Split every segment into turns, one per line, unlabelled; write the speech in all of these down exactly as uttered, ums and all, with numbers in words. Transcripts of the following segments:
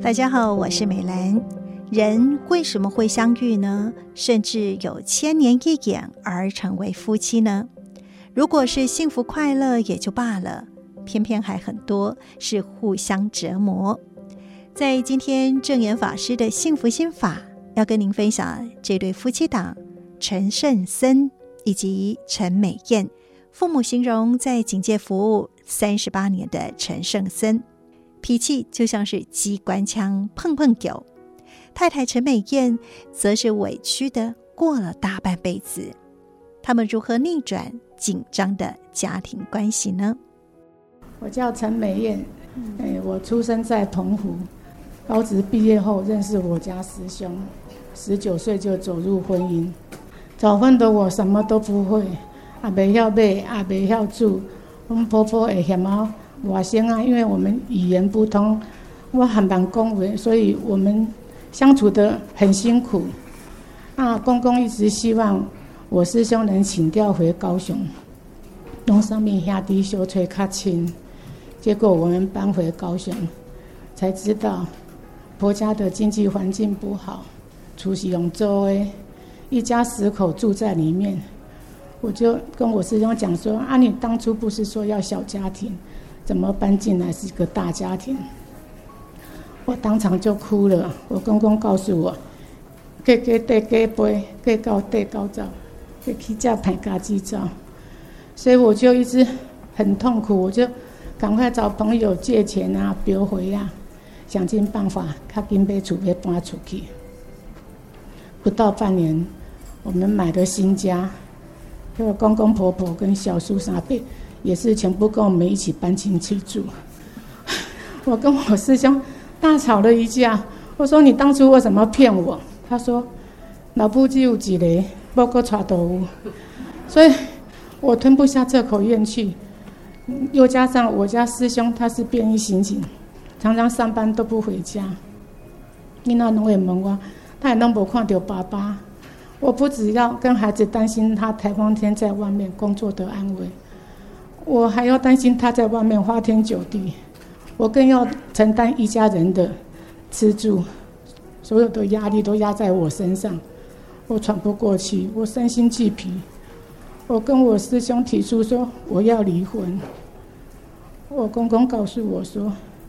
大家好，我是美兰。人为什么会相遇呢？甚至有千年一眼而成为夫妻呢？如果是幸福快乐也就罢了，偏偏还很多是互相折磨。在今天正言法师的幸福心法，要跟您分享这对夫妻档陈胜森以及陈美燕。父母形容在警界服务三十八年的陈胜森，脾气就像是机关枪，碰碰狗。太太陈美燕则是委屈的过了大半辈子。他们如何逆转紧张的家庭关系呢？
我叫陈美燕、哎、我出生在澎湖，高职毕业后认识我家师兄，十九岁就走入婚姻。早婚的我什么都不会，也不晓买，也不晓煮。我们婆婆会嫌我外省啊，因为我们语言不通，我很难讲话，所以我们相处得很辛苦。啊，公公一直希望我师兄能请调回高雄，让上面兄弟相处较亲。结果我们搬回高雄，才知道婆家的经济环境不好，厝是用租的，一家十口住在里面。我就跟我师兄讲说：“啊，你当初不是说要小家庭，怎么搬进来是个大家庭？”我当场就哭了。我公公告诉我：“嫁嫁地嫁杯，嫁到地高照，嫁去嫁歹家己照。”所以我就一直很痛苦，我就赶快找朋友借钱啊、标回啊，想尽办法，较紧买厝要搬出去。不到半年，我们买了新家，这个公公婆婆跟小叔三辈也是全部跟我们一起搬进去住。我跟我师兄大吵了一架，我说：“你当初为什么骗我？”他说：“老母只有一个，不过带都有。”所以我吞不下这口怨气。又加上我家师兄他是便衣刑警，常常上班都不回家，囡仔拢会问我，他也拢没看到爸爸。我不只要跟孩子担心他台风天在外面工作的安危，我还要担心他在外面花天酒地，我更要承担一家人的吃住，所有的压力都压在我身上，我喘不过气，我身心俱疲。我跟我师兄提出说我要离婚，我公公告诉我说：“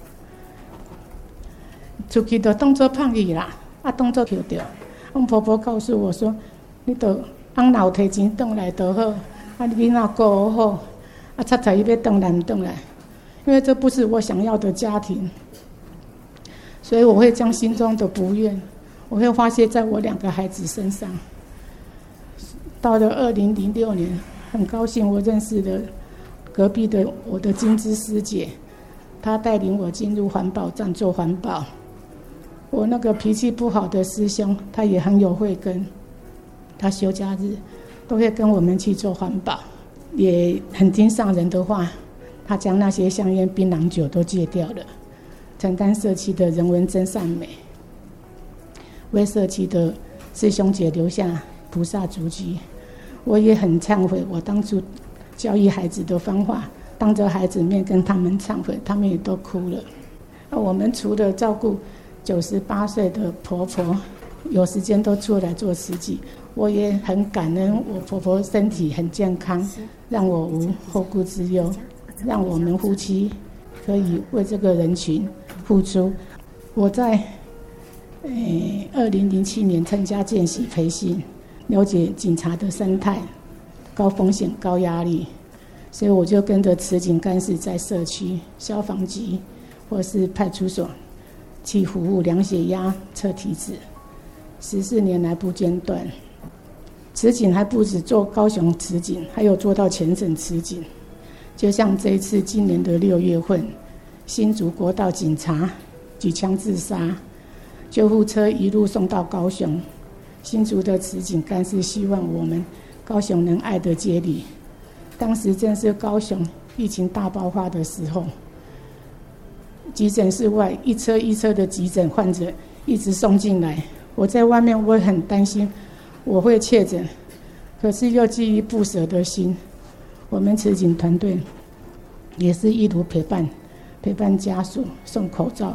出去就当作胖去啦，啊当作捡到。”我婆婆告诉我说：“你就帮老提钱回来就好，啊你囡仔顾好，啊擦擦伊要回来唔回来，因为这不是我想要的家庭。”所以我会将心中的不愿，我会发泄在我两个孩子身上。到了二零零六年，很高兴我认识了隔壁的我的金枝师姐，她带领我进入环保站做环保。我那个脾气不好的师兄，他也很有慧根，他休假日都会跟我们去做环保，也很听上人的话，他将那些香烟、槟榔酒都戒掉了，承担社区的人文真善美，为社区的师兄姐留下菩萨足迹。我也很忏悔，我当初教育孩子的方法，当着孩子面跟他们忏悔，他们也都哭了。我们除了照顾九十八岁的婆婆，有时间都出来做慈济。我也很感恩我婆婆身体很健康，让我无后顾之忧，让我们夫妻可以为这个人群付出。我在二零零七年参加见习培训，了解警察的生态，高风险高压力，所以我就跟着慈警干事在社区、消防局或是派出所去服务量血压、测体脂，十四年来不间断。慈警还不止做高雄慈警，还有做到全省慈警。就像这一次今年的六月份，新竹国道警察举枪自杀，救护车一路送到高雄。新竹的慈警干事希望我们高雄能爱的接力。当时正是高雄疫情大爆发的时候，急诊室外一车一车的急诊患者一直送进来，我在外面我很担心我会确诊，可是又基于不舍的心，我们慈警团队也是一路陪伴陪伴家属，送口罩、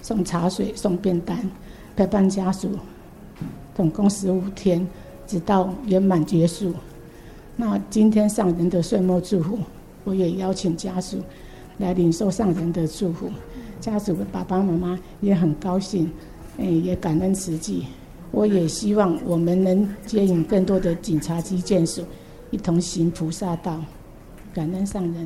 送茶水、送便当，陪伴家属，总共十五天，直到圆满结束。那今天上人的岁末祝福，我也邀请家属来领受上人的祝福。家属的爸爸妈妈也很高兴，也感恩慈济。我也希望我们能接引更多的警察及眷属，一同行菩萨道，感恩上人。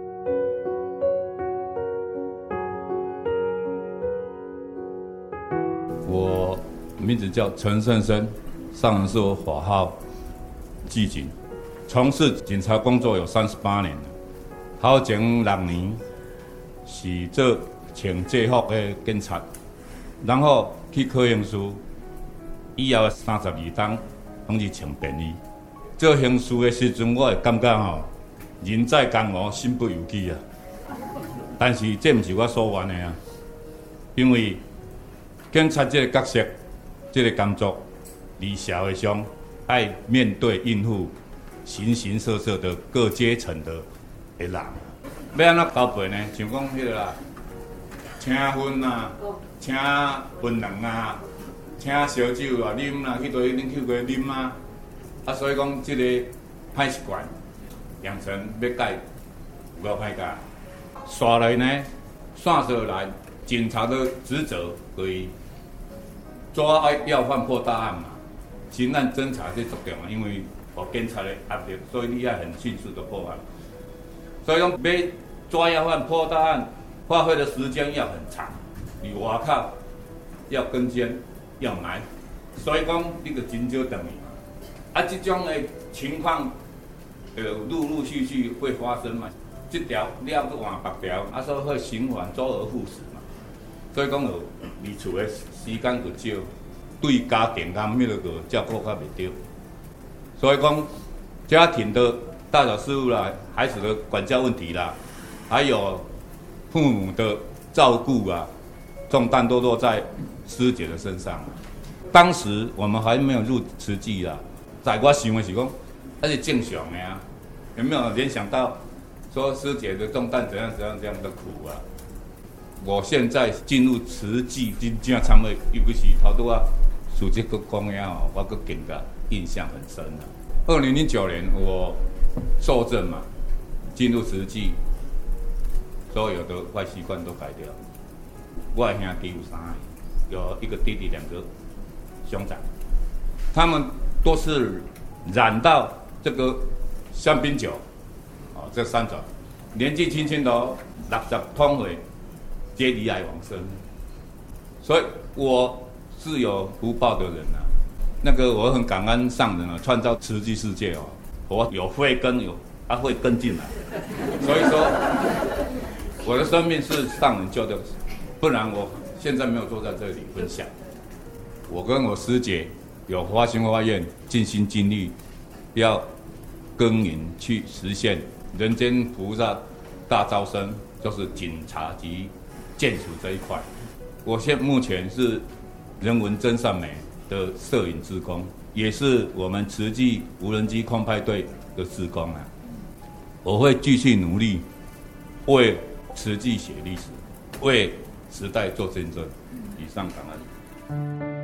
我名字叫陈胜生，上人是我法号纪警，从事警察工作有三十八年了。头前六年是做穿制服的警察，然后去考刑事，以后三十二档拢是穿便衣。做刑事的时阵，我会感觉吼，人在江湖，身不由己啊。但是这不是我所愿的啊，因为警察这个角色，这个工作，伫社会上爱面对应付形形色色的各阶层的的人。要安怎交配呢？像讲迄个啦，请薰啊，请槟榔啊，请烧酒啊啉啦，去倒去恁去过啉啊。啊，所以讲这个歹习惯养成要改，有够歹改。刷来呢，线索来，警察的职责就是抓要犯破大案嘛，刑案侦查最重要嘛，因为有警察的压力，所以你要很迅速的破案。所以讲要抓要犯破大案，花费的时间要很长，你外口要跟监要难，所以讲你就真少等于。啊，这种的情况，呃，陆陆续续会发生嘛。这条了去换别条，啊，所以会循环，周而复始嘛。所以讲，就离厝的时间就少，对家庭他们那个照顾较袂到。所以讲，家庭的大小事务啦，孩子的管教问题啦，还有父母的照顾啊，重担都落在师姐的身上。当时我们还没有入慈济啦。在我想的是讲，那是正常的啊，有没有联想到说师姐的重担怎样怎样怎样的苦啊？我现在进入慈济真正参与，尤其是头拄啊，主席佫讲的吼，我佫更加印象很深啊。二零零九年我受证嘛，进入慈济，所有的坏习惯都改掉。我的兄弟有三个，有一个弟弟，两个兄长，他们都是染到这个香槟酒，哦，这三种，年纪轻轻的哦，六十通岁，皆离癌往生，所以我是有福报的人啊。那个我很感恩上人啊，创造慈济世界哦，我有慧根，有啊慧根进来，所以说我的生命是上人救的，不然我现在没有坐在这里分享。我跟我师姐有发心发愿，尽心尽力，要耕耘去实现人间菩萨大招生，就是警察及眷属这一块。我现目前是人文真善美的摄影志工，也是我们慈济无人机空拍队的志工啊。我会继续努力，为慈济写历史，为时代做见证。以上感恩。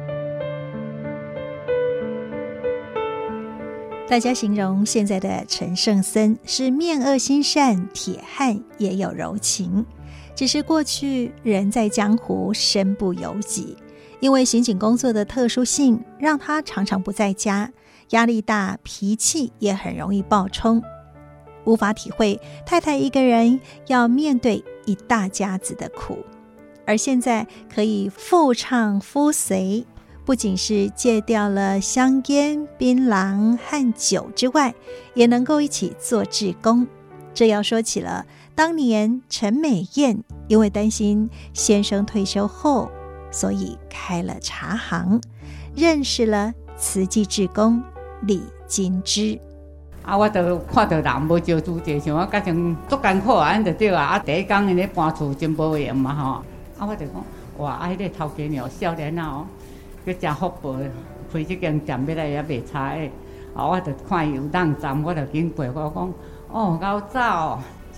大家形容现在的陈胜森是面恶心善，铁汉也有柔情，只是过去人在江湖身不由己，因为刑警工作的特殊性，让他常常不在家，压力大，脾气也很容易暴冲，无法体会太太一个人要面对一大家子的苦。而现在可以夫唱妇随，不仅是戒掉了香烟、槟榔和酒之外，也能够一起做志工。这要说起了当年陈美燕因为担心先生退休后，所以开了茶行，认识了慈济志工李金枝。
啊，我就看到人无招主者，想我加上足艰苦啊，安就对啊。啊，第一天因咧搬厝真无闲嘛吼，啊，我就讲哇，啊，迄个头家哦，少年啊哦，佢真福报，开这间店要来也卖茶的。啊，我就看伊有当站，我就紧过我讲，哦，够早，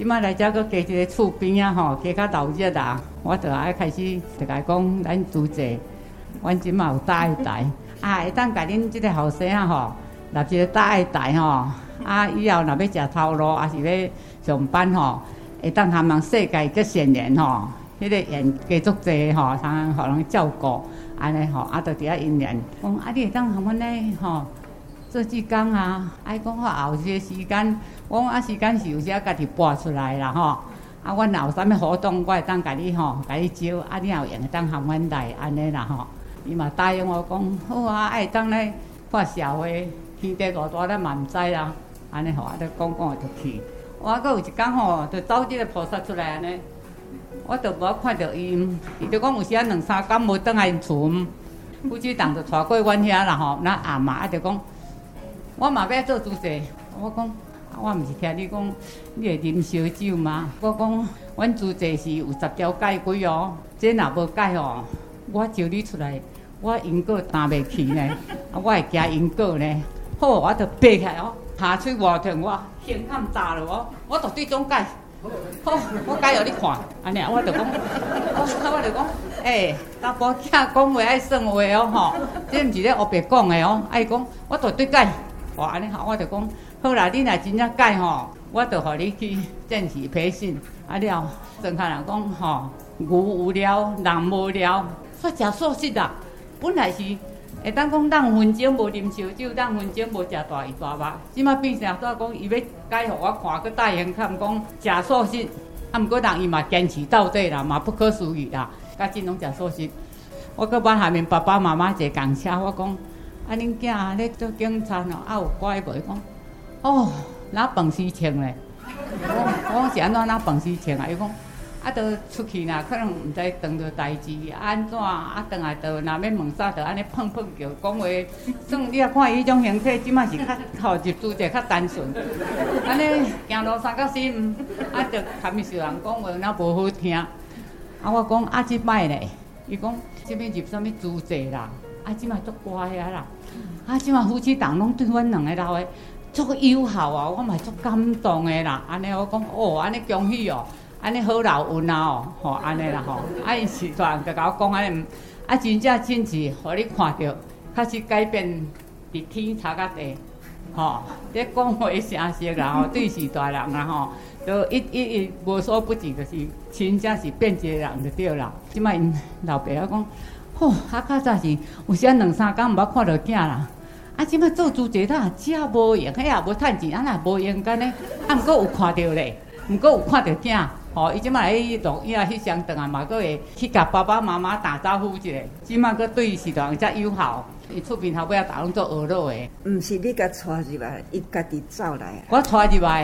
即摆来遮佫加一个厝边啊吼，加较闹热啊，我就爱开始就甲伊讲，咱租者，阮即摆有大爱台，啊，会当甲恁即个后生啊吼，立一个大爱台吼，啊，以后若要食头路，还是要上班吼，会当含人世界个善缘吼，迄、那个缘加足济吼，通互人照顾，安尼吼，啊，就伫遐因缘，讲啊，你会当含阮咧吼。做志工啊，爱讲我后些时间，我讲啊时间是有时啊家己拨出来啦吼。啊，阮若有啥物活动，我会当甲你吼，甲你招。啊，你若有闲，当含阮来安尼啦吼。伊嘛答应我讲好啊，爱当咧看社会，天地偌大咱嘛毋知啦。安尼吼，啊，就讲讲就去。我阁有一工吼，就走即个菩萨出来安尼，我就无看到伊，伊就讲有时啊两三工无转来因厝，夫妻档就带过阮遐啦吼，那阿妈啊就讲。我嘛要做主席，我讲，我毋是听你讲，你会啉烧酒吗？我讲，阮主席是有十条戒规哦，这若无戒哦，我招你出来，我因果担袂起呢，啊，我会惊因果呢。好，我就爬起来哦，下嘴外疼我，胸坎炸了哦，我就对总戒。好，我解互你看，安尼我就讲，我我就讲，诶，查甫囝讲话爱算话哦吼，这毋是咧黑白讲的哦，爱讲，我就对解。哦，安尼好，我就讲好啦，你若真正改吼，我就互你去正式培训。啊了，庄脚人讲吼，牛有了，人无了，煞食素食啦。本来是会当讲当分钟无啉烧酒，当分钟无食大鱼大肉。即摆变成煞讲伊要改互我看，佮大言看讲食素食，啊毋过人伊嘛坚持到底啦，嘛不可思议啦，甲真拢食素食。我佮我下面爸爸妈妈坐共车，我讲。啊，恁囝咧做警察哦，啊有乖袂讲？哦，哪饭时穿咧？我我是安怎哪饭时穿啊？伊讲啊，都出去啦，可能毋知当着代志，安怎啊？转来就若要问啥，就安尼碰碰叫讲话。算你啊看伊种形体，即摆是较吼入主者较单纯。安尼行路三角心，啊，就含伊受人讲话，那无好听。啊，我讲啊，即摆咧，伊讲即摆入啥物主者啦？啊，即摆足乖啊啦！啊，即摆夫妻档拢对阮两个老的足友好啊，我嘛足感动的啦。安尼我讲哦，安尼恭喜哦，安尼好老运啊哦，吼安尼啦吼。啊，因是突然就甲我讲安尼，啊真正真是，互你看到开始改变伫天差甲地，吼，咧讲话声色啦吼，对是大人啦吼，都一一一无所不至，就是真正是变一个人就对啦。即摆因老爸仔讲。哦，啊，较早是有时啊两三工毋捌看到囝啦。啊，即摆做主席啦，只无用，迄也无趁钱，啊，若无用干呢？啊，毋过有看到咧，毋过有看到囝。吼，伊即摆来去录影翕相档啊，嘛佫会去甲爸爸妈妈打招呼一下。即摆佫对伊是人遮友好，伊厝边头尾啊，逐拢做学老的。
毋是你甲带入来，伊家己走来啊。
我带入来。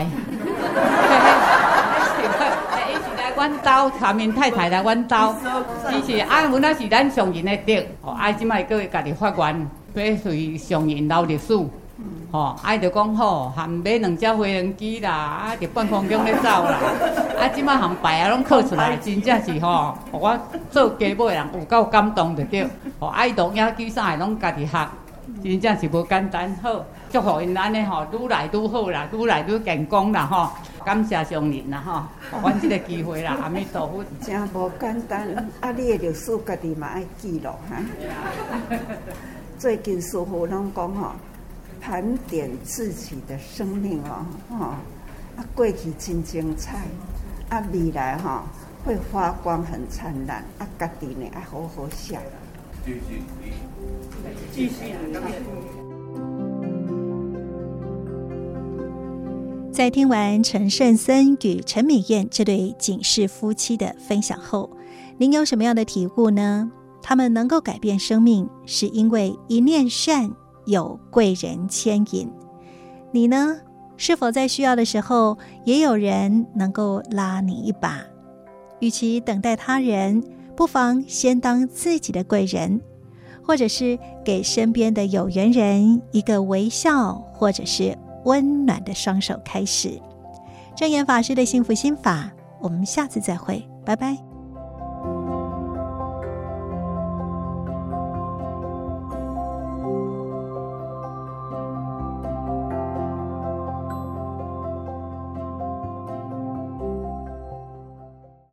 阮兜下面太太来阮兜，伊是啊，阮仔是咱上人的德，吼，啊，即摆佫会家己发愿，要随上人留历史，吼，啊，就讲好，含买两只飞行机啦，啊，伫半空中咧走啦，啊，即摆含牌啊拢刻出来，真正是吼，我做家母的人有够感动着对，吼，爱录影机啥的拢家己学，真正是无简单，好，祝福因安尼吼，愈来愈好啦，愈来愈健康啦，吼。感谢上人啦吼，互阮即个机会啦，阿弥陀佛。
真无简单，啊！你的历史家己嘛爱记录哈。最近师父拢讲吼，盘点自己的生命哦，吼，啊，过去真精彩，啊，未来吼会发光很灿烂，啊，家己呢爱好好想。继续，继续。
在听完陈胜森与陈美燕这对警示夫妻的分享后，您有什么样的体悟呢？他们能够改变生命，是因为一念善，有贵人牵引。你呢？是否在需要的时候，也有人能够拉你一把？与其等待他人，不妨先当自己的贵人，或者是给身边的有缘人一个微笑，或者是温暖的双手开始。正言法师的幸福心法，我们下次再会，拜拜。